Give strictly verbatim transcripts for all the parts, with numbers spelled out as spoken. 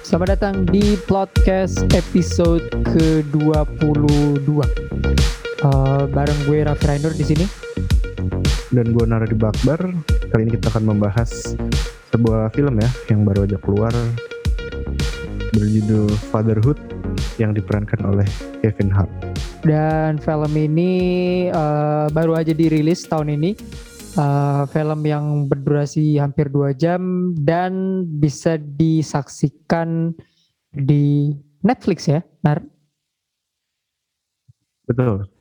Selamat datang di podcast episode ke dua puluh dua. Uh, bareng gue Raffi Rainur di sini. Dan gue Naradi Bakbar. Kali ini kita akan membahas sebuah film ya yang baru aja keluar, berjudul Fatherhood, yang diperankan oleh Kevin Hart. Dan film ini uh, baru aja dirilis tahun ini. Uh, film yang berdurasi hampir dua jam dan bisa disaksikan di Netflix ya, Nar? Betul.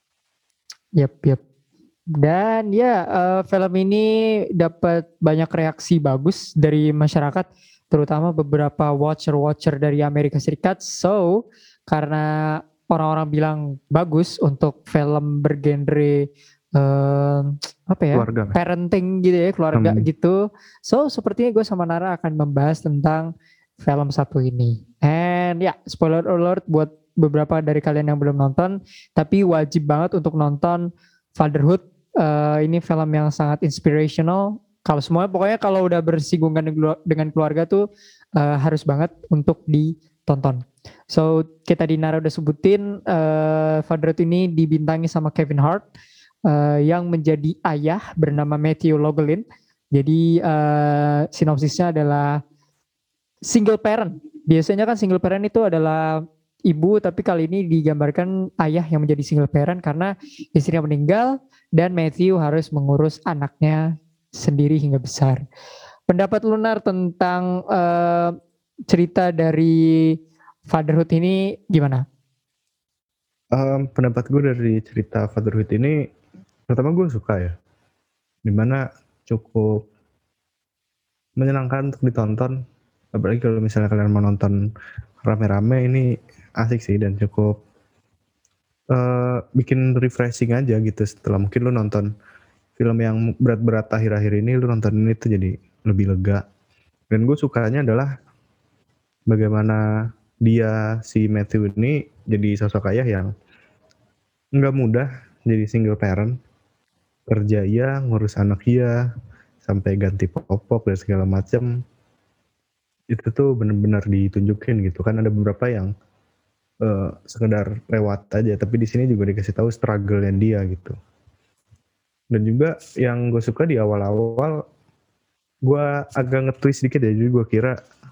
Yap, yap. Dan ya uh, film ini dapat banyak reaksi bagus dari masyarakat, terutama beberapa watcher-watcher dari Amerika Serikat. So, karena orang-orang bilang bagus untuk film bergenre uh, apa ya, keluarga, parenting gitu ya, keluarga hmm. gitu. So, sepertinya gue sama Nara akan membahas tentang film satu ini. And ya, spoiler alert buat beberapa dari kalian yang belum nonton, tapi wajib banget untuk nonton Fatherhood. Uh, ini film yang sangat inspirational. Kalau semuanya pokoknya kalau udah bersinggungan dengan keluarga tuh uh, harus banget untuk ditonton. So kita di Nara udah sebutin uh, Fatherhood ini dibintangi sama Kevin Hart uh, yang menjadi ayah bernama Matthew Logelin. Jadi uh, sinopsisnya adalah single parent. Biasanya kan single parent itu adalah ibu, tapi kali ini digambarkan ayah yang menjadi single parent karena istrinya meninggal dan Matthew harus mengurus anaknya sendiri hingga besar. Pendapat Lunar tentang uh, cerita dari Fatherhood ini gimana? Um, pendapat gue dari cerita Fatherhood ini, pertama gue suka ya, dimana cukup menyenangkan untuk ditonton. Apalagi kalau misalnya kalian mau nonton rame-rame, ini asik sih dan cukup uh, bikin refreshing aja gitu. Setelah mungkin lu nonton film yang berat-berat akhir-akhir ini, lu nonton ini tuh jadi lebih lega. Dan gue sukanya adalah bagaimana dia, si Matthew ini jadi sosok ayah yang nggak mudah jadi single parent. Kerja iya, ngurus anak iya, sampai ganti popok dan segala macam. Itu tuh benar-benar ditunjukin gitu kan. Ada beberapa yang uh, sekedar lewat aja, tapi di sini juga dikasih tahu struggle-nya dia gitu. Dan juga yang gue suka di awal-awal, gue agak nge-twist dikit ya. Jadi gue kira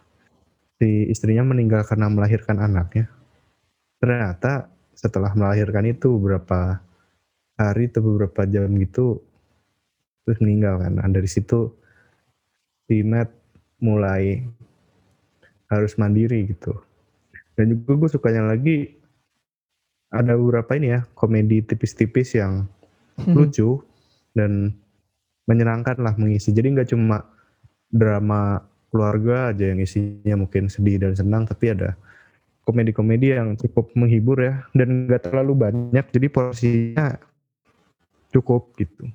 si istrinya meninggal karena melahirkan anaknya. Ternyata setelah melahirkan itu beberapa hari atau beberapa jam gitu terus meninggal kan. Dan dari situ si Matt mulai harus mandiri gitu. Dan juga gue sukanya lagi ada beberapa ini ya, komedi tipis-tipis yang lucu dan menyenangkan lah mengisi. Jadi gak cuma drama keluarga aja yang isinya mungkin sedih dan senang, tapi ada komedi-komedi yang cukup menghibur ya, dan gak terlalu banyak, jadi porsinya cukup gitu.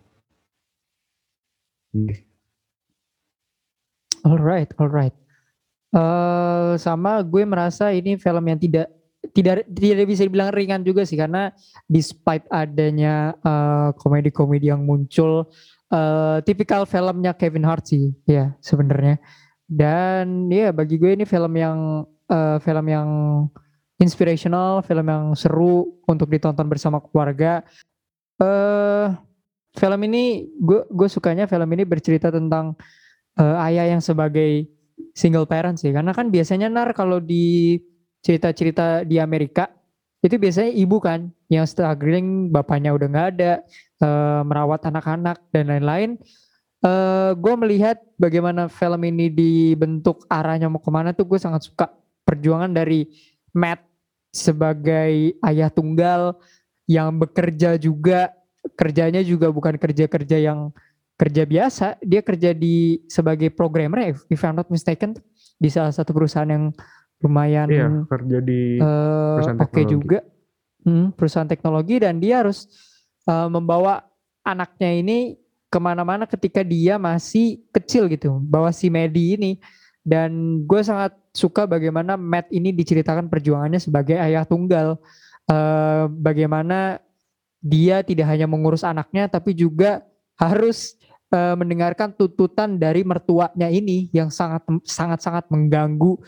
Alright, alright. Uh, sama gue merasa ini film yang tidak tidak tidak bisa dibilang ringan juga sih, karena despite adanya uh, komedi-komedi yang muncul, uh, tipikal filmnya Kevin Hart sih ya sebenarnya. Dan ya bagi gue ini film yang uh, film yang inspirational, film yang seru untuk ditonton bersama keluarga. Uh, film ini gue gue sukanya film ini bercerita tentang uh, ayah yang sebagai single parent sih, karena kan biasanya Nar kalau di cerita-cerita di Amerika itu biasanya ibu kan yang struggling, bapaknya udah nggak ada, uh, merawat anak-anak dan lain-lain. Uh, gue melihat bagaimana film ini dibentuk arahnya mau kemana tuh gue sangat suka perjuangan dari Matt sebagai ayah tunggal yang bekerja juga, kerjanya juga bukan kerja-kerja yang kerja biasa, dia kerja di sebagai programmer if I'm not mistaken di salah satu perusahaan yang lumayan iya, kerja di uh, perusahaan oke okay teknologi juga, hmm, perusahaan teknologi, dan dia harus uh, membawa anaknya ini kemana-mana ketika dia masih kecil gitu, bawa si Maddie ini. Dan gue sangat suka bagaimana Matt ini diceritakan perjuangannya sebagai ayah tunggal, uh, bagaimana dia tidak hanya mengurus anaknya tapi juga harus uh, mendengarkan tuntutan dari mertuanya ini yang sangat sangat sangat mengganggu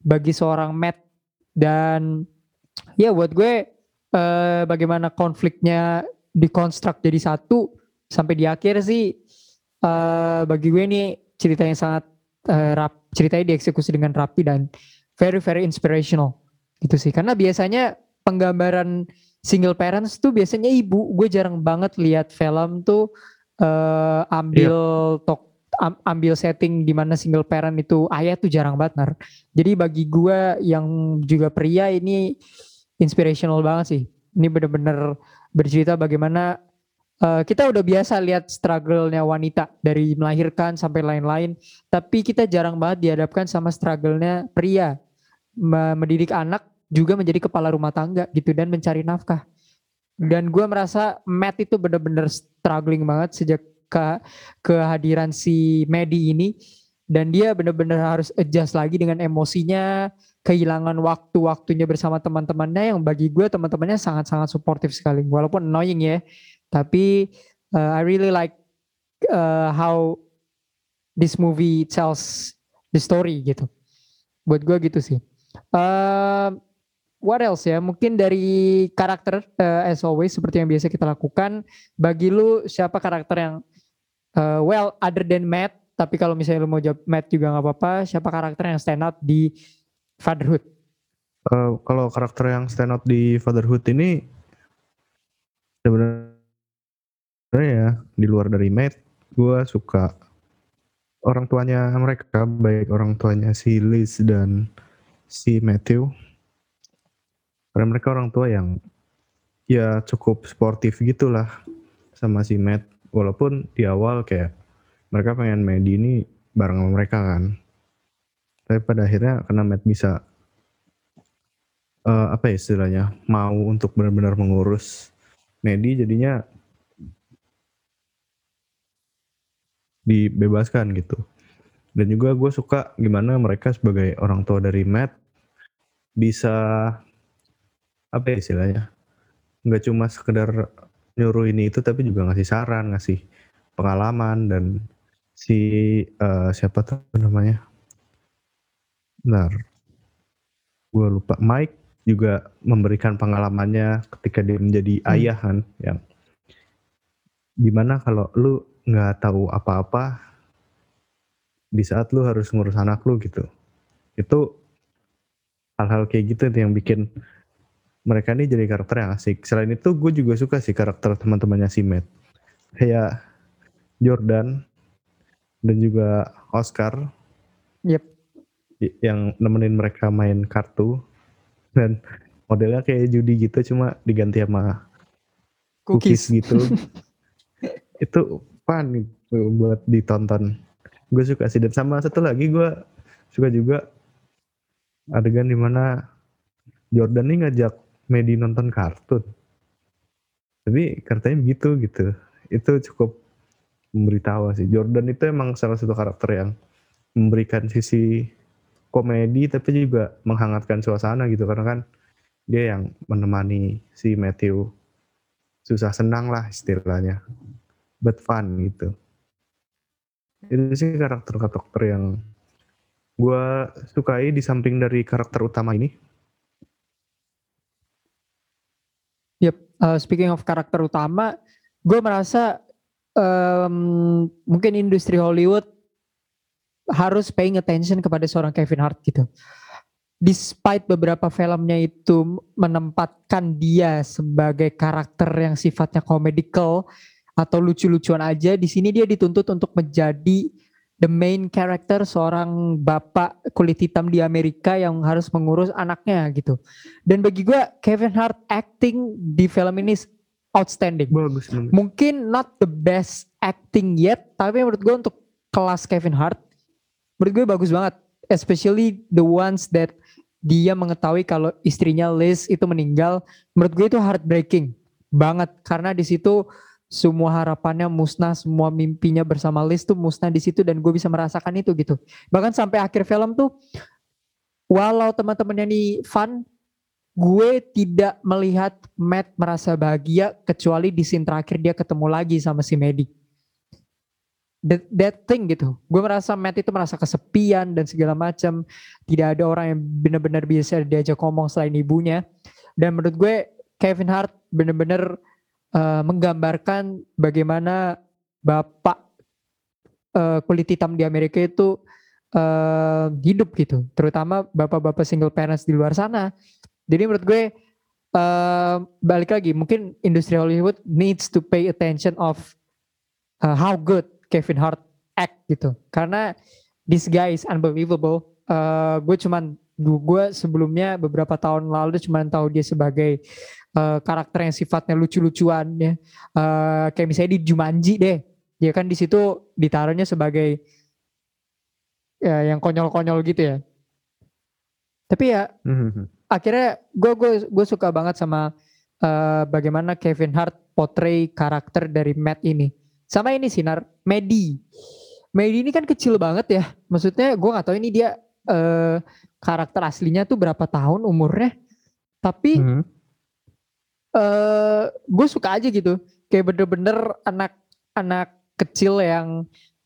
bagi seorang Matt. Dan ya buat gue uh, bagaimana konfliknya dikonstruk jadi satu sampai di akhir sih, uh, bagi gue ini cerita yang sangat uh, rap, ceritanya dieksekusi dengan rapi dan very very inspirational gitu sih. Karena biasanya penggambaran single parents tuh biasanya ibu. Gue jarang banget lihat film tuh uh, ambil yeah. tok am, ambil setting di mana single parent itu ayah tuh jarang banget Nar. Jadi bagi gue yang juga pria ini inspirational banget sih. Ini bener-bener bercerita bagaimana uh, kita udah biasa lihat struggle-nya wanita dari melahirkan sampai lain-lain, tapi kita jarang banget dihadapkan sama struggle-nya pria mendidik anak juga menjadi kepala rumah tangga gitu dan mencari nafkah. Dan gue merasa Matt itu bener-bener struggling banget sejak ke kehadiran si Maddie ini, dan dia bener-bener harus adjust lagi dengan emosinya, kehilangan waktu-waktunya bersama teman-temannya yang bagi gue teman-temannya sangat-sangat suportif sekali walaupun annoying ya, tapi uh, I really like uh, how this movie tells the story gitu. Buat gue gitu sih. Uh, what else ya? Mungkin dari karakter uh, as always seperti yang biasa kita lakukan. Bagi lu siapa karakter yang uh, well other than Matt? Tapi kalau misalnya lu mau jawab Matt juga nggak apa-apa. Siapa karakter yang stand out di Fatherhood? Uh, kalau karakter yang stand out di Fatherhood ini sebenarnya ya di luar dari Matt, gue suka orang tuanya mereka, baik orang tuanya si Liz dan si Matthew. Karena mereka orang tua yang ya cukup sportif gitulah sama si Matt. Walaupun di awal kayak mereka pengen Maddie ini bareng sama mereka kan. Tapi pada akhirnya karena Matt bisa uh, apa ya istilahnya, mau untuk benar-benar mengurus Maddie, jadinya dibebaskan gitu. Dan juga gue suka gimana mereka sebagai orang tua dari Matt bisa apa ya istilahnya, nggak cuma sekedar nyuruh ini itu tapi juga ngasih saran, ngasih pengalaman. Dan si uh, siapa tuh namanya, benar gue lupa, Mike juga memberikan pengalamannya ketika dia menjadi hmm. ayah kan, yang gimana kalau lu nggak tahu apa-apa di saat lu harus ngurus anak lu gitu. Itu hal-hal kayak gitu yang bikin mereka ini jadi karakter yang asik. Selain itu gue juga suka sih karakter teman-temannya si Matt, kayak Jordan dan juga Oscar. Yep. Yang nemenin mereka main kartu dan modelnya kayak judi gitu cuma diganti sama cookies, cookies gitu. Itu fun buat ditonton. Gue suka sih. Dan sama satu lagi gue suka juga adegan dimana Jordan nih ngajak Maddie nonton kartun, tapi katanya begitu gitu. Itu cukup memberitahu sih. Jordan itu emang salah satu karakter yang memberikan sisi komedi tapi juga menghangatkan suasana gitu, karena kan dia yang menemani si Matthew susah senang lah istilahnya, but fun gitu. Itu sih karakter-karakter yang gue sukai di samping dari karakter utama ini. Yep, uh, speaking of karakter utama, gue merasa um, mungkin industri Hollywood harus paying attention kepada seorang Kevin Hart gitu. Despite beberapa filmnya itu menempatkan dia sebagai karakter yang sifatnya komedikal atau lucu-lucuan aja, di sini dia dituntut untuk menjadi the main character, seorang bapak kulit hitam di Amerika yang harus mengurus anaknya gitu. Dan bagi gue Kevin Hart acting di film ini outstanding. Bagus banget. Mungkin not the best acting yet, tapi menurut gue untuk kelas Kevin Hart, menurut gue bagus banget. Especially the ones that dia mengetahui kalau istrinya Liz itu meninggal. Menurut gue itu heartbreaking banget, karena di situ semua harapannya musnah, semua mimpinya bersama Liz tuh musnah di situ, dan gue bisa merasakan itu gitu. Bahkan sampai akhir film tuh, walau teman-temannya ini fun, gue tidak melihat Matt merasa bahagia kecuali di scene terakhir dia ketemu lagi sama si Maddie. that, that thing gitu. Gue merasa Matt itu merasa kesepian dan segala macam. Tidak ada orang yang benar-benar bisa diajak ngomong selain ibunya. Dan menurut gue Kevin Hart benar-benar uh, menggambarkan bagaimana bapak uh, kulit hitam di Amerika itu uh, hidup gitu. Terutama bapak-bapak single parents di luar sana. Jadi menurut gue uh, balik lagi, mungkin industri Hollywood needs to pay attention of uh, how good Kevin Hart act gitu. Karena this guy is unbelievable. Uh, gue cuman gue sebelumnya beberapa tahun lalu cuman tahu dia sebagai uh, karakter yang sifatnya lucu-lucuan ya. Uh, kayak misalnya di Jumanji deh. Dia kan di situ ditaruhnya sebagai ya, yang konyol-konyol gitu ya. Tapi ya Mhm. akhirnya gue gue gue suka banget sama uh, bagaimana Kevin Hart portray karakter dari Matt ini. Sama ini Sinar, Maddie. Maddie ini kan kecil banget ya. Maksudnya gue gak tahu ini dia uh, karakter aslinya tuh berapa tahun umurnya. Tapi Mhm. uh, gue suka aja gitu. Kayak bener-bener anak-anak kecil yang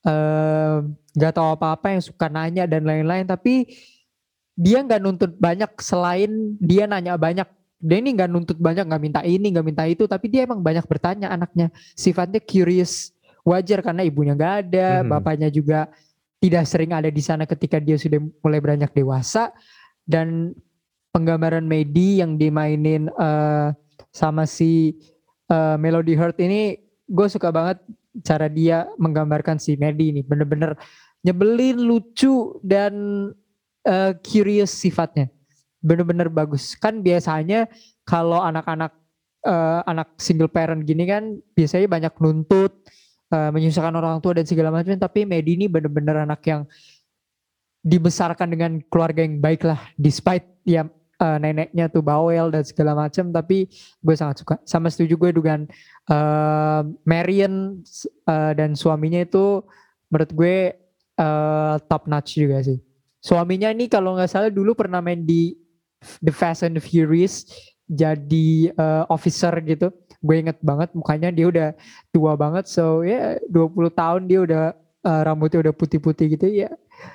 uh, gak tahu apa-apa, yang suka nanya dan lain-lain. Tapi dia gak nuntut banyak selain dia nanya banyak. Dia ini gak nuntut banyak, gak minta ini, gak minta itu. Tapi dia emang banyak bertanya anaknya. Sifatnya curious. Wajar karena ibunya gak ada, Mhm. bapaknya juga tidak sering ada di sana ketika dia sudah mulai beranjak dewasa. Dan penggambaran Maddie yang dimainin uh, sama si uh, Melody Hurt ini, gue suka banget cara dia menggambarkan si Maddie ini. Bener-bener nyebelin, lucu, dan uh, curious sifatnya. Bener-bener bagus. Kan biasanya kalau anak-anak uh, anak single parent gini kan biasanya banyak nuntut, Uh, menyusahkan orang tua dan segala macam. Tapi Maddie ini bener-bener anak yang dibesarkan dengan keluarga yang baik lah, despite ya uh, neneknya tuh bawel dan segala macam. Tapi gue sangat suka. Sama setuju gue dengan uh, Marion uh, dan suaminya itu menurut gue uh, top notch juga sih. Suaminya ini kalau nggak salah dulu pernah main di The Fast and the Furious, jadi uh, officer gitu. Gue inget banget mukanya, dia udah tua banget. So ya yeah, dua puluh tahun dia udah uh, rambutnya udah putih-putih gitu ya.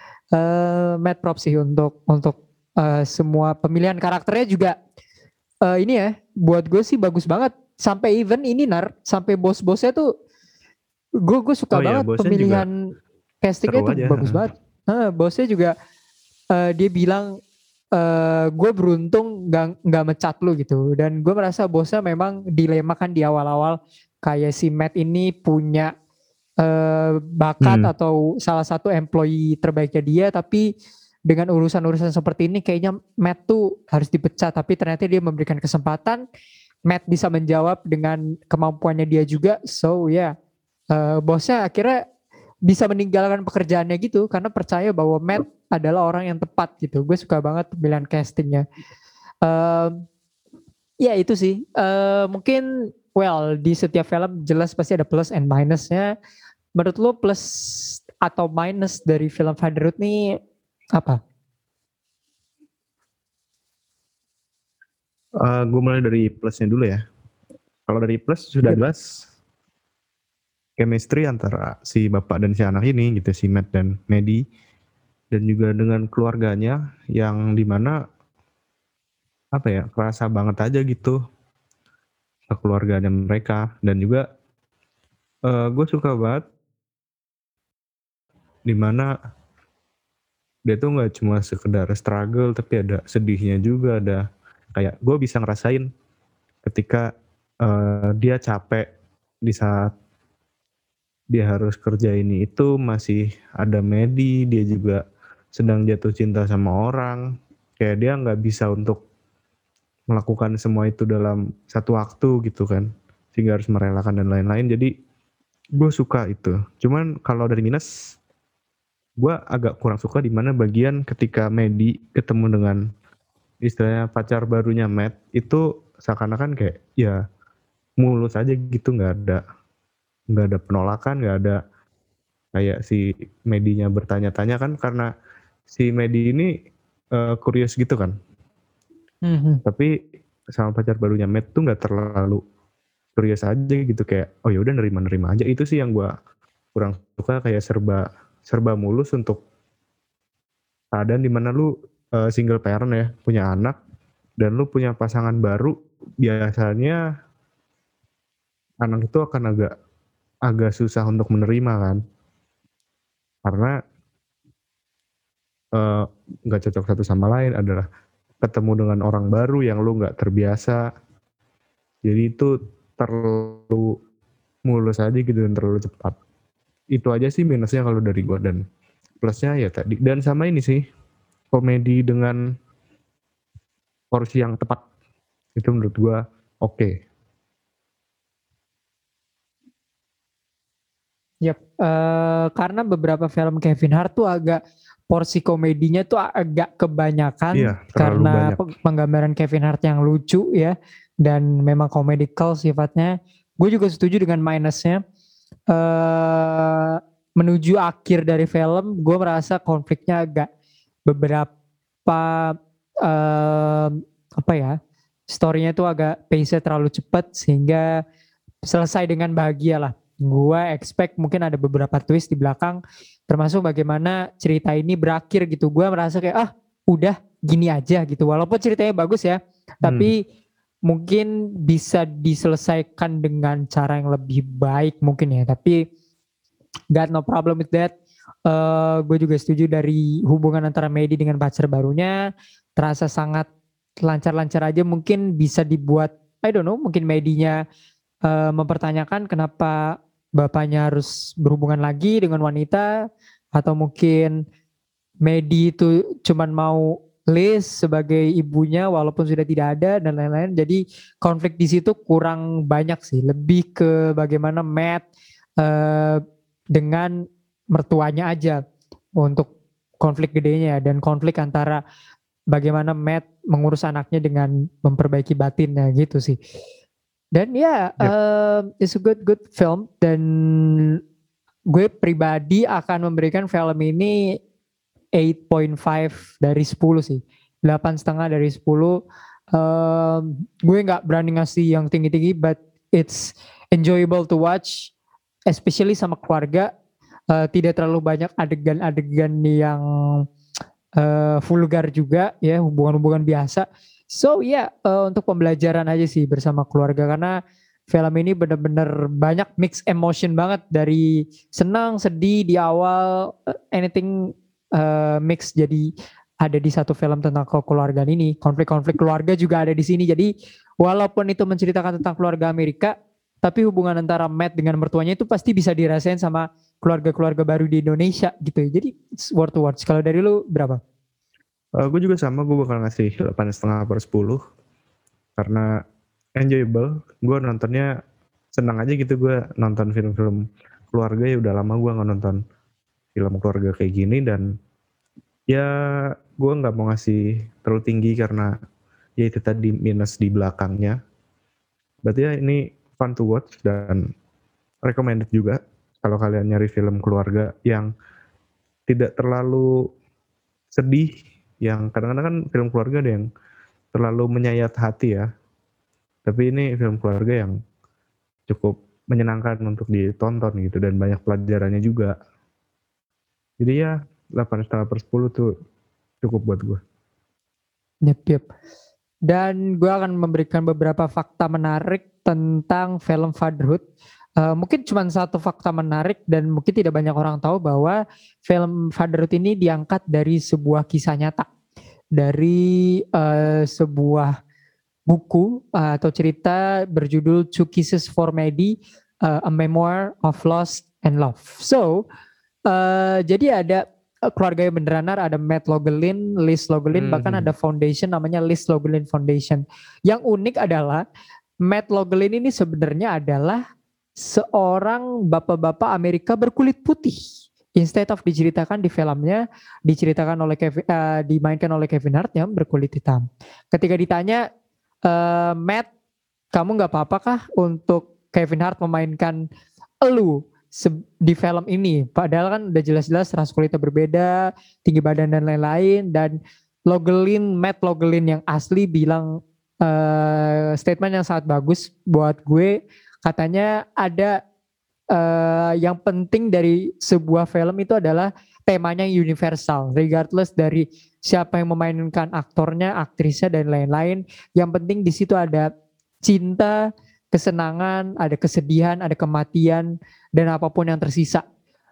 Uh, mad props sih untuk untuk uh, semua pemilihan karakternya juga uh, ini ya, buat gue sih bagus banget. Sampai even ini Nar, sampai bos-bosnya tuh gue gue suka Oh iya, banget bosnya juga pemilihan castingnya seru tuh aja. bagus banget. Uh, bosnya juga uh, dia bilang uh, gue beruntung nggak nggak mecat lu gitu. Dan gue merasa bosnya memang dilema kan di awal-awal, kayak si Matt ini punya uh, bakat Hmm. atau salah satu employee terbaiknya dia, tapi dengan urusan-urusan seperti ini kayaknya Matt tuh harus dipecat. Tapi ternyata dia memberikan kesempatan, Matt bisa menjawab dengan kemampuannya dia juga. So ya yeah, uh, bosnya akhirnya bisa meninggalkan pekerjaannya gitu karena percaya bahwa Matt adalah orang yang tepat gitu. Gue suka banget pemilihan castingnya. Um, ya itu sih. Uh, mungkin well di setiap film jelas pasti ada plus and minusnya. Menurut lo plus atau minus dari film Fatherhood nih apa? Uh, gue mulai dari plusnya dulu ya. Kalau dari plus sudah Yep. jelas chemistry antara si bapak dan si anak ini gitu, si Matt dan Maddie, dan juga dengan keluarganya yang dimana apa ya, kerasa banget aja gitu keluarganya mereka. Dan juga uh, gue suka banget dimana dia tuh nggak cuma sekedar struggle, tapi ada sedihnya juga. Ada kayak gue bisa ngerasain ketika uh, dia capek di saat dia harus kerja ini itu, masih ada Maddie, dia juga sedang jatuh cinta sama orang, kayak dia nggak bisa untuk melakukan semua itu dalam satu waktu gitu kan, sehingga harus merelakan dan lain-lain. Jadi gue suka itu. Cuman kalau dari minus, gue agak kurang suka di mana bagian ketika Maddie ketemu dengan istilahnya pacar barunya Matt, itu seakan-akan kayak ya mulus aja gitu, nggak ada nggak ada penolakan, nggak ada kayak si Maddie-nya bertanya-tanya kan, karena si Maddie ini uh, curious gitu kan. Mm-hmm. Tapi sama pacar barunya Matt tuh nggak terlalu curious aja gitu, kayak oh ya udah nerima-nerima aja. Itu sih yang gue kurang suka kayak serba serba mulus untuk keadaan dimana lu uh, single parent ya, punya anak dan lu punya pasangan baru, biasanya anak itu akan agak agak susah untuk menerima kan, karena nggak uh, cocok satu sama lain, adalah ketemu dengan orang baru yang lu nggak terbiasa, jadi itu terlalu mulus aja gitu dan terlalu cepat. Itu aja sih minusnya kalau dari gua, dan plusnya ya tadi, dan sama ini sih, komedi dengan porsi yang tepat, itu menurut gua oke. Okay. Yap, uh, karena beberapa film Kevin Hart tuh agak porsi komedinya tuh agak kebanyakan, iya, karena banyak. penggambaran Kevin Hart yang lucu ya dan memang komedikal sifatnya. Gue juga setuju dengan minusnya. Uh, menuju akhir dari film, gue merasa konfliknya agak beberapa uh, apa ya, storynya tuh agak pace-nya terlalu cepat sehingga selesai dengan bahagia lah. Gue expect mungkin ada beberapa twist di belakang, termasuk bagaimana cerita ini berakhir gitu. Gue merasa kayak ah udah gini aja gitu. Walaupun ceritanya bagus ya, hmm. tapi mungkin bisa diselesaikan dengan cara yang lebih baik mungkin ya. Tapi got no problem with that. Uh, gue juga setuju dari hubungan antara Maddie dengan pacar barunya terasa sangat lancar-lancar aja. Mungkin bisa dibuat, I don't know, mungkin Maddie-nya uh, mempertanyakan kenapa bapaknya harus berhubungan lagi dengan wanita, atau mungkin Maddie itu cuman mau Liz sebagai ibunya walaupun sudah tidak ada dan lain-lain. Jadi konflik di situ kurang banyak sih, lebih ke bagaimana Matt uh, dengan mertuanya aja untuk konflik gedenya, dan konflik antara bagaimana Matt mengurus anaknya dengan memperbaiki batinnya gitu sih. Dan ya, yeah, yep. uh, it's a good good film, dan gue pribadi akan memberikan film ini eight point five dari sepuluh sih, delapan setengah dari sepuluh. Um, gue nggak berani ngasih yang tinggi-tinggi, but it's enjoyable to watch, especially sama keluarga. Uh, tidak terlalu banyak adegan-adegan yang uh, vulgar juga ya, hubungan-hubungan biasa. So ya yeah, uh, untuk pembelajaran aja sih bersama keluarga, karena film ini benar-benar banyak mix emotion banget, dari senang, sedih di awal, anything uh, mix jadi ada di satu film tentang kekeluargaan ini. Konflik-konflik keluarga juga ada di sini. Jadi walaupun itu menceritakan tentang keluarga Amerika, tapi hubungan antara Matt dengan mertuanya itu pasti bisa dirasain sama keluarga-keluarga baru di Indonesia gitu ya. Jadi it's worth to watch. Kalau dari lu berapa? Uh, gue juga sama, gue bakal ngasih delapan setengah per sepuluh karena enjoyable. Gue nontonnya senang aja gitu, gue nonton film-film keluarga ya udah lama gue nggak nonton film keluarga kayak gini, dan ya gue nggak mau ngasih terlalu tinggi karena ya itu tadi minus di belakangnya. Berarti ya ini fun to watch dan recommended juga kalau kalian nyari film keluarga yang tidak terlalu sedih. Yang kadang-kadang kan film keluarga ada yang terlalu menyayat hati ya. Tapi ini film keluarga yang cukup menyenangkan untuk ditonton gitu, dan banyak pelajarannya juga. Jadi ya delapan setengah per sepuluh tuh cukup buat gue. Yep, yep. Dan gue akan memberikan beberapa fakta menarik tentang film Fatherhood. Uh, mungkin cuma satu fakta menarik dan mungkin tidak banyak orang tahu, bahwa film Fatherhood ini diangkat dari sebuah kisah nyata, dari uh, sebuah buku uh, atau cerita berjudul Two Kisses for Maddie, uh, A Memoir of Loss and Love. So uh, jadi ada keluarga yang beneran, ada Matt Logelin, Liz Logelin, hmm. bahkan ada foundation namanya Liz Logelin Foundation. Yang unik adalah Matt Logelin ini sebenarnya adalah seorang bapak-bapak Amerika berkulit putih. Instead of diceritakan di filmnya, diceritakan oleh Kevin, uh, dimainkan oleh Kevin Hart yang berkulit hitam. Ketika ditanya, uh, Matt, kamu nggak apa-apa kah untuk Kevin Hart memainkan elu di film ini? Padahal kan udah jelas-jelas ras kulitnya berbeda, tinggi badan dan lain-lain. Dan Logelin, Matt Logelin yang asli bilang uh, statement yang sangat bagus buat gue. Katanya ada uh, yang penting dari sebuah film itu adalah temanya universal, regardless dari siapa yang memainkan aktornya, aktrisnya dan lain-lain. Yang penting di situ ada cinta, kesenangan, ada kesedihan, ada kematian dan apapun yang tersisa.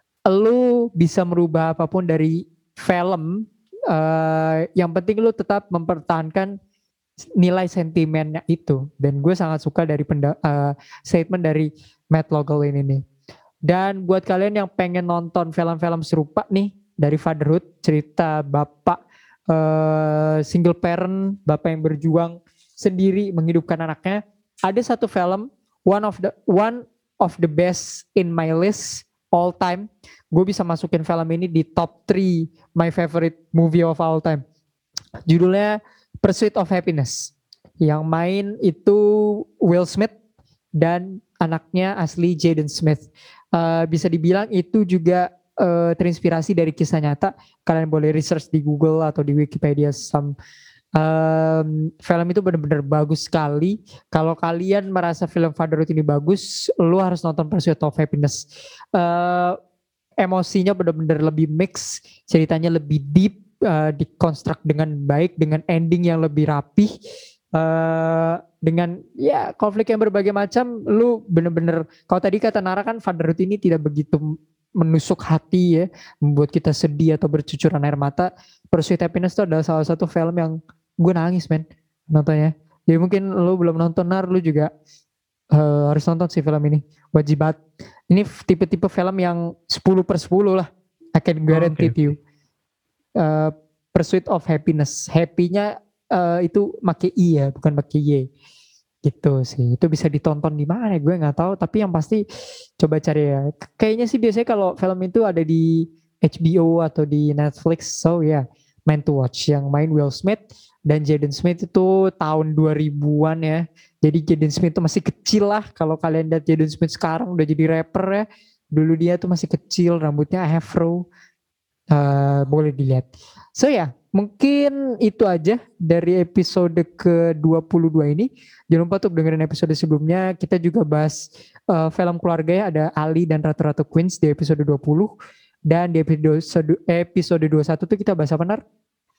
Lu bisa merubah apapun dari film, uh, yang penting lu tetap mempertahankan nilai sentimennya itu. Dan gue sangat suka dari penda- uh, statement dari Matt Logan ini nih. Dan buat kalian yang pengen nonton film-film serupa nih dari Fatherhood, cerita bapak uh, single parent, bapak yang berjuang sendiri menghidupkan anaknya, ada satu film, one of the one of the best in my list all time. Gue bisa masukin film ini di top three my favorite movie of all time. Judulnya Pursuit of Happiness. Yang main itu Will Smith dan anaknya asli Jaden Smith. Uh, bisa dibilang itu juga uh, terinspirasi dari kisah nyata. Kalian boleh research di Google atau di Wikipedia. Some, um, film itu benar-benar bagus sekali. Kalau kalian merasa film Fatherhood ini bagus, lu harus nonton Pursuit of Happiness. Uh, emosinya benar-benar lebih mix, ceritanya lebih deep, uh, dikonstruk dengan baik, dengan ending yang lebih rapih. Uh, dengan ya konflik yang berbagai macam, lu bener-bener, kalau tadi kata Nara kan Fatherhood ini tidak begitu menusuk hati ya, membuat kita sedih atau bercucuran air mata. Pursuit Happiness itu adalah salah satu film yang gue nangis men nontonnya. Jadi mungkin lu belum nonton, Nar, lu juga uh, harus nonton sih film ini, wajib banget. Ini tipe-tipe film yang sepuluh per sepuluh lah, I can guarantee oh, okay. you. Uh, Pursuit of Happiness, happy-nya Uh, itu make I ya, bukan make Y gitu sih. Itu bisa ditonton di mana gue nggak tahu, tapi yang pasti coba cari ya. Kayaknya sih biasanya kalau film itu ada di H B O atau di Netflix. So ya, yeah, meant to watch. Yang main Will Smith dan Jaden Smith itu tahun dua ribuan ya. Jadi Jaden Smith itu masih kecil lah. Kalau kalian lihat Jaden Smith sekarang udah jadi rapper ya. Dulu dia tuh masih kecil, rambutnya afro. Uh, boleh dilihat. So ya, yeah, mungkin itu aja dari episode ke dua puluh dua ini. Jangan lupa untuk dengerin episode sebelumnya. Kita juga bahas uh, film keluarga ya. Ada Ali dan Ratu-Ratu Queens di episode dua puluh. Dan di episode, episode dua puluh satu tuh kita bahas apa, Nar?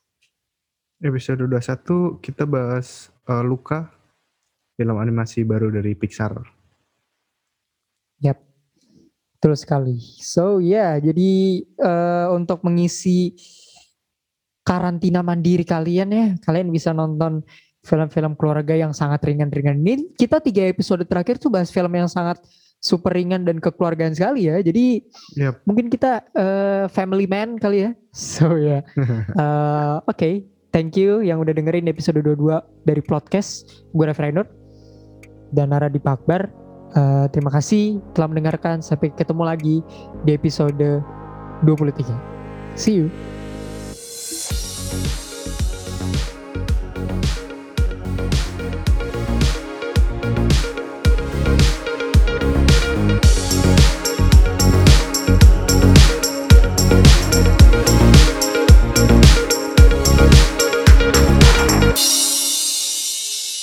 Episode dua puluh satu kita bahas uh, Luca, film animasi baru dari Pixar. Yap, betul sekali. So ya, yeah, jadi uh, untuk mengisi karantina mandiri kalian ya, kalian bisa nonton film-film keluarga yang sangat ringan-ringan. Ini kita tiga episode terakhir tuh bahas film yang sangat super ringan dan kekeluargaan sekali ya. Jadi yep. mungkin kita uh, family man kali ya. So ya, yeah. uh, oke, okay. Thank you yang udah dengerin episode dua puluh dua dari Plotcast. Gue Raffi Rainur dan Nara Dipa Akbar. Uh, terima kasih telah mendengarkan. Sampai ketemu lagi di episode dua puluh tiga. See you.